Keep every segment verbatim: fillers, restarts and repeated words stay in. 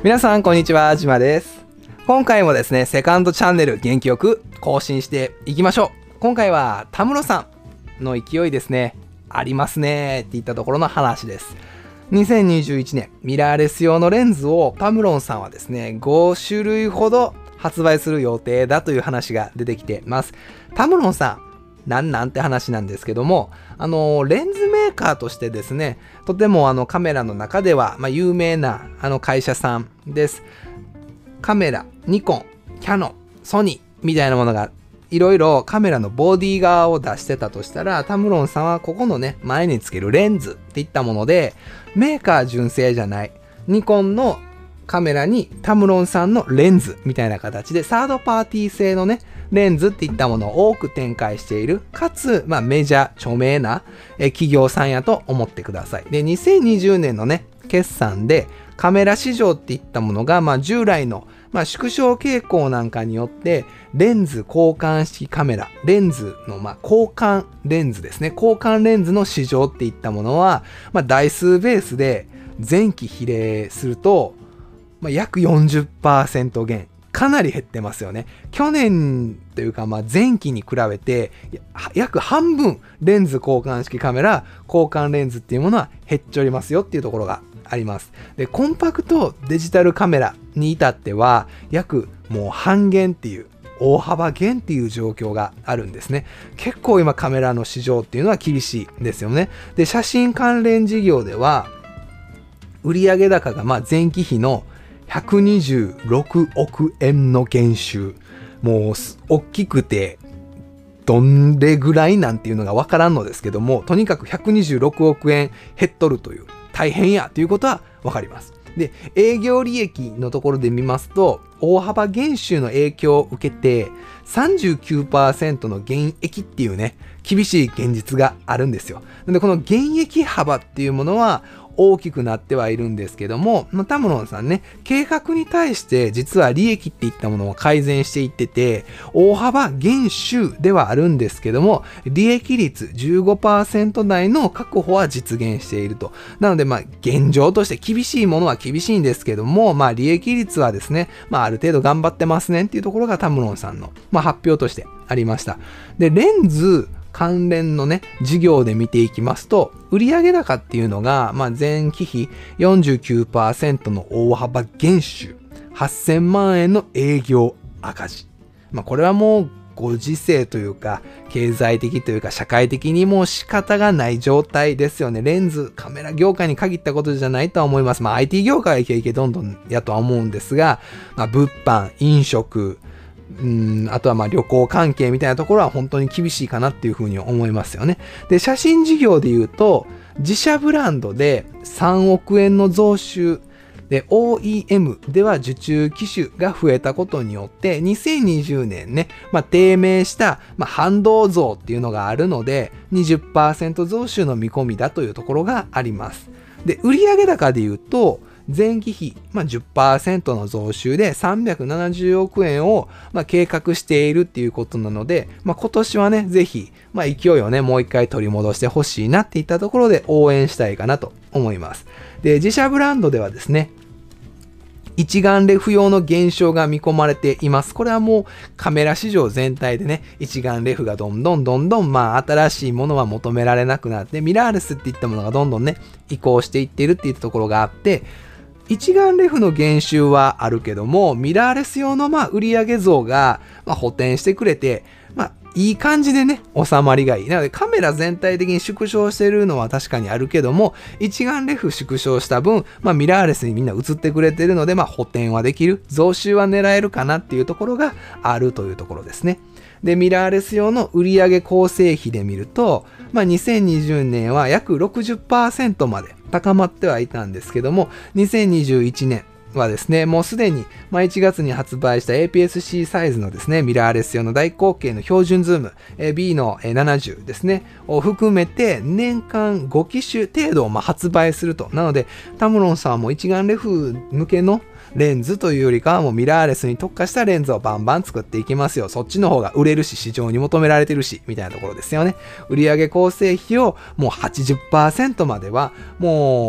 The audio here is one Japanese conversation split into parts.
皆さんこんにちは、じまです。今回もですね、セカンドチャンネル元気よく更新していきましょう。今回は田室さんの勢いですね、ありますねっていったところの話です。にせんにじゅういちねんミラーレス用のレンズをタムロンさんはですね、ごしゅるいほど発売する予定だという話が出てきてます。タムロンさんなんなんて話なんですけども、あのレンズメーカーとしてですね、とてもあのカメラの中では、まあ、有名なあの会社さんです。カメラ、ニコン、キャノン、ソニーみたいなものがいろいろカメラのボディ側を出してたとしたら、タムロンさんはここのね、前につけるレンズっていったもので、メーカー純正じゃない、ニコンのカメラにタムロンさんのレンズみたいな形でサードパーティー製のね、レンズっていったものを多く展開している、かつ、まあ、メジャー、著名なえ企業さんやと思ってください。で、にせんにじゅうねんのね、決算でカメラ市場っていったものが、まあ、従来の、まあ、縮小傾向なんかによって、レンズ交換式カメラ、レンズの、まあ、交換レンズですね、交換レンズの市場っていったものは、まあ、台数ベースで前期比例すると、まあ、約 よんじゅっパーセント 減。かなり減ってますよね。去年というか、まあ前期に比べて約半分レンズ交換式カメラ、交換レンズっていうものは減っちょりますよっていうところがあります。で、コンパクトデジタルカメラに至っては約もう半減っていう、大幅減っていう状況があるんですね。結構今カメラの市場っていうのは厳しいですよね。で、写真関連事業では売上高がまあ前期比のひゃくにじゅうろくおくえんの減収。もう大きくてどんれぐらいなんていうのがわからんのですけども、とにかくひゃくにじゅうろくおくえん減っとるという、大変やということはわかります。で、営業利益のところで見ますと、大幅減収の影響を受けて さんじゅうきゅうパーセント の減益っていうね、厳しい現実があるんですよ。で、この減益幅っていうものは大きくなってはいるんですけども、タムロンさんね、計画に対して実は利益っていったものを改善していってて、大幅減収ではあるんですけども、利益率 じゅうごパーセント 台の確保は実現していると。なので、まあ、現状として厳しいものは厳しいんですけども、まあ、利益率はですね、まあ、ある程度頑張ってますねっていうところがタムロンさんの、まあ、発表としてありました。で、レンズ、関連のね、事業で見ていきますと、売上高っていうのが、まあ、前期比 よんじゅうきゅうパーセント の大幅減収、はっせんまんえんの営業赤字。まあ、これはもうご時世というか、経済的というか、社会的にもう仕方がない状態ですよね。レンズ、カメラ業界に限ったことじゃないとは思います。まあ、アイティー 業界はイケイケどんどんやとは思うんですが、まあ、物販、飲食、うん、あとはまあ旅行関係みたいなところは本当に厳しいかなっていうふうに思いますよね。で、写真事業で言うと、自社ブランドでさんおくえんの増収で オーイーエム では受注機種が増えたことによってにせんにじゅうねんね、まあ、低迷した、まあ、反動増っていうのがあるので にじゅっパーセント 増収の見込みだというところがあります。で、売上高で言うと前期比、まあ、じゅっパーセント の増収でさんびゃくななじゅうおくえんを、まあ、計画しているっていうことなので、まあ、今年はね、ぜひ、まあ、勢いをね、もう一回取り戻してほしいなっていったところで応援したいかなと思います。で、自社ブランドではですね、一眼レフ用の減少が見込まれています。これはもうカメラ市場全体でね、一眼レフがどんどんどんどんまあ新しいものは求められなくなって、ミラーレスっていったものがどんどんね、移行していっているっていったところがあって、一眼レフの減収はあるけども、ミラーレス用のまあ売上増がまあ補填してくれて、まあいい感じでね、収まりがいい。なのでカメラ全体的に縮小してるのは確かにあるけども、一眼レフ縮小した分、まあミラーレスにみんな映ってくれてるので、まあ補填はできる。増収は狙えるかなっていうところがあるというところですね。で、ミラーレス用の売上構成比で見ると、まあにせんにじゅうねんは約 ろくじゅっパーセント まで高まってはいたんですけども、にせんにじゅういちねんはですね、もうすでに、まあ、いちがつに発売した エーピーエスシー サイズのですね、ミラーレス用の大口径の標準ズーム、えー、ビー のななじゅうですね、を含めて年間ごきしゅ程度をまあ発売すると。なので、タムロンさんはもう一眼レフ向けのレンズというよりかはもうミラーレスに特化したレンズをバンバン作っていきますよ。そっちの方が売れるし、市場に求められてるし、みたいなところですよね。売上構成比をもう はちじゅっパーセント まではもう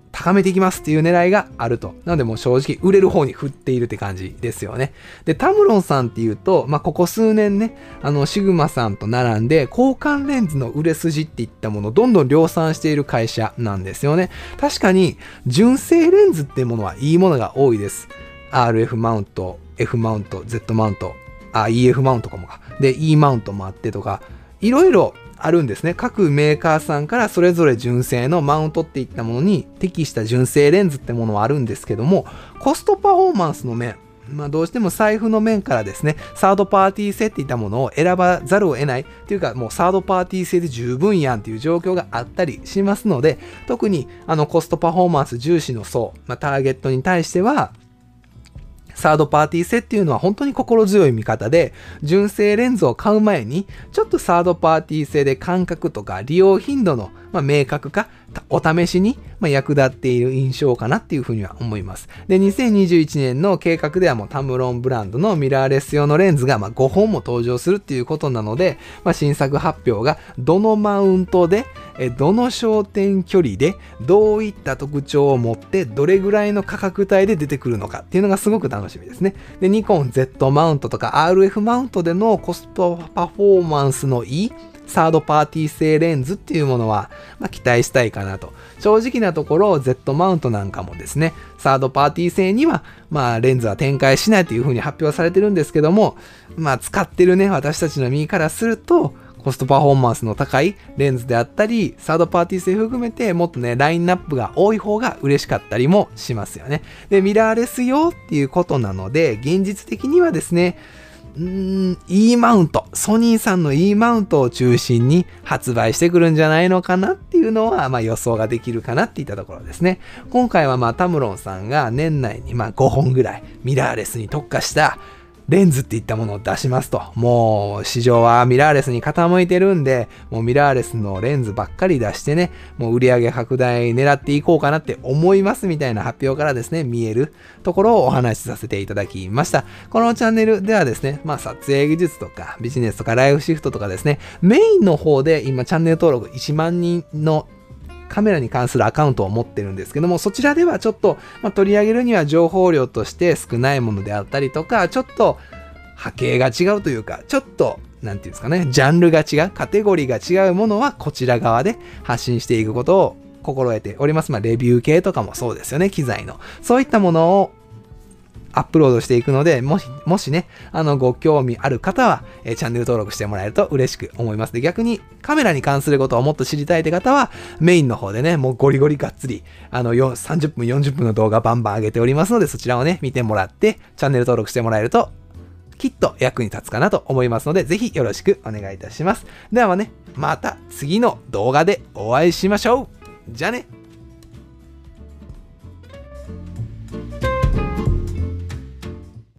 高めていきますっていう狙いがあると。なのでもう正直売れる方に振っているって感じですよね。で、タムロンさんっていうと、まあ、ここ数年ね、あの、シグマさんと並んで交換レンズの売れ筋っていったものをどんどん量産している会社なんですよね。確かに、純正レンズっていうものはいいものが多いです。アールエフ マウント、F マウント、Z マウント、あ、イーエフ マウントかもか。で、E マウントもあってとか、いろいろあるんですね。各メーカーさんからそれぞれ純正のマウントっていったものに適した純正レンズってものはあるんですけども、コストパフォーマンスの面、まあどうしても財布の面からですね、サードパーティー製っていったものを選ばざるを得ないっていうか、もうサードパーティー製で十分やんっていう状況があったりしますので、特にあのコストパフォーマンス重視の層、まあ、ターゲットに対しては、サードパーティー製っていうのは本当に心強い味方で、純正レンズを買う前に、ちょっとサードパーティー製で感覚とか利用頻度の、まあ、明確化、お試しに、まあ、役立っている印象かなっていうふうには思います。で、にせんにじゅういちねんの計画ではもうタムロンブランドのミラーレス用のレンズがまあごほんも登場するっていうことなので、まあ、新作発表がどのマウントで、えどの焦点距離で、どういった特徴を持って、どれぐらいの価格帯で出てくるのかっていうのがすごく楽しみですね。で、ニコン Z マウントとか アールエフ マウントでのコストパフォーマンスのいいサードパーティー製レンズっていうものは、まあ、期待したいかなと。正直なところ Z マウントなんかもですね、サードパーティー製には、まあレンズは展開しないというふうに発表されてるんですけども、まあ使ってるね、私たちの身からすると、コストパフォーマンスの高いレンズであったり、サードパーティー製含めてもっとね、ラインナップが多い方が嬉しかったりもしますよね。で、ミラーレス用っていうことなので、現実的にはですね、うーん、E マウント、ソニーさんの E マウントを中心に発売してくるんじゃないのかなっていうのは、まあ予想ができるかなっていったところですね。今回はまあタムロンさんが年内にまあごほんぐらいミラーレスに特化したレンズっていったものを出しますと。もう市場はミラーレスに傾いてるんで、もうミラーレスのレンズばっかり出してね、もう売上拡大狙っていこうかなって思いますみたいな発表からですね、見えるところをお話しさせていただきました。このチャンネルではですね、まあ撮影技術とかビジネスとかライフシフトとかですね、メインの方で今チャンネル登録いちまんにんのカメラに関するアカウントを持ってるんですけども、そちらではちょっと、まあ、取り上げるには情報量として少ないものであったりとか、ちょっと波形が違うというか、ちょっと、なんていうんですかね、ジャンルが違う、カテゴリーが違うものはこちら側で発信していくことを心得ております。まあ、レビュー系とかもそうですよね、機材の。そういったものをアップロードしていくので、もし、もしね、あの、ご興味ある方は、えー、チャンネル登録してもらえると嬉しく思います。で、逆にカメラに関することをもっと知りたいって方は、メインの方でね、もうゴリゴリがっつり、あの、さんじゅっぷん、よんじゅっぷんの動画バンバン上げておりますので、そちらをね、見てもらって、チャンネル登録してもらえると、きっと役に立つかなと思いますので、ぜひよろしくお願いいたします。ではね、また次の動画でお会いしましょう。じゃあね。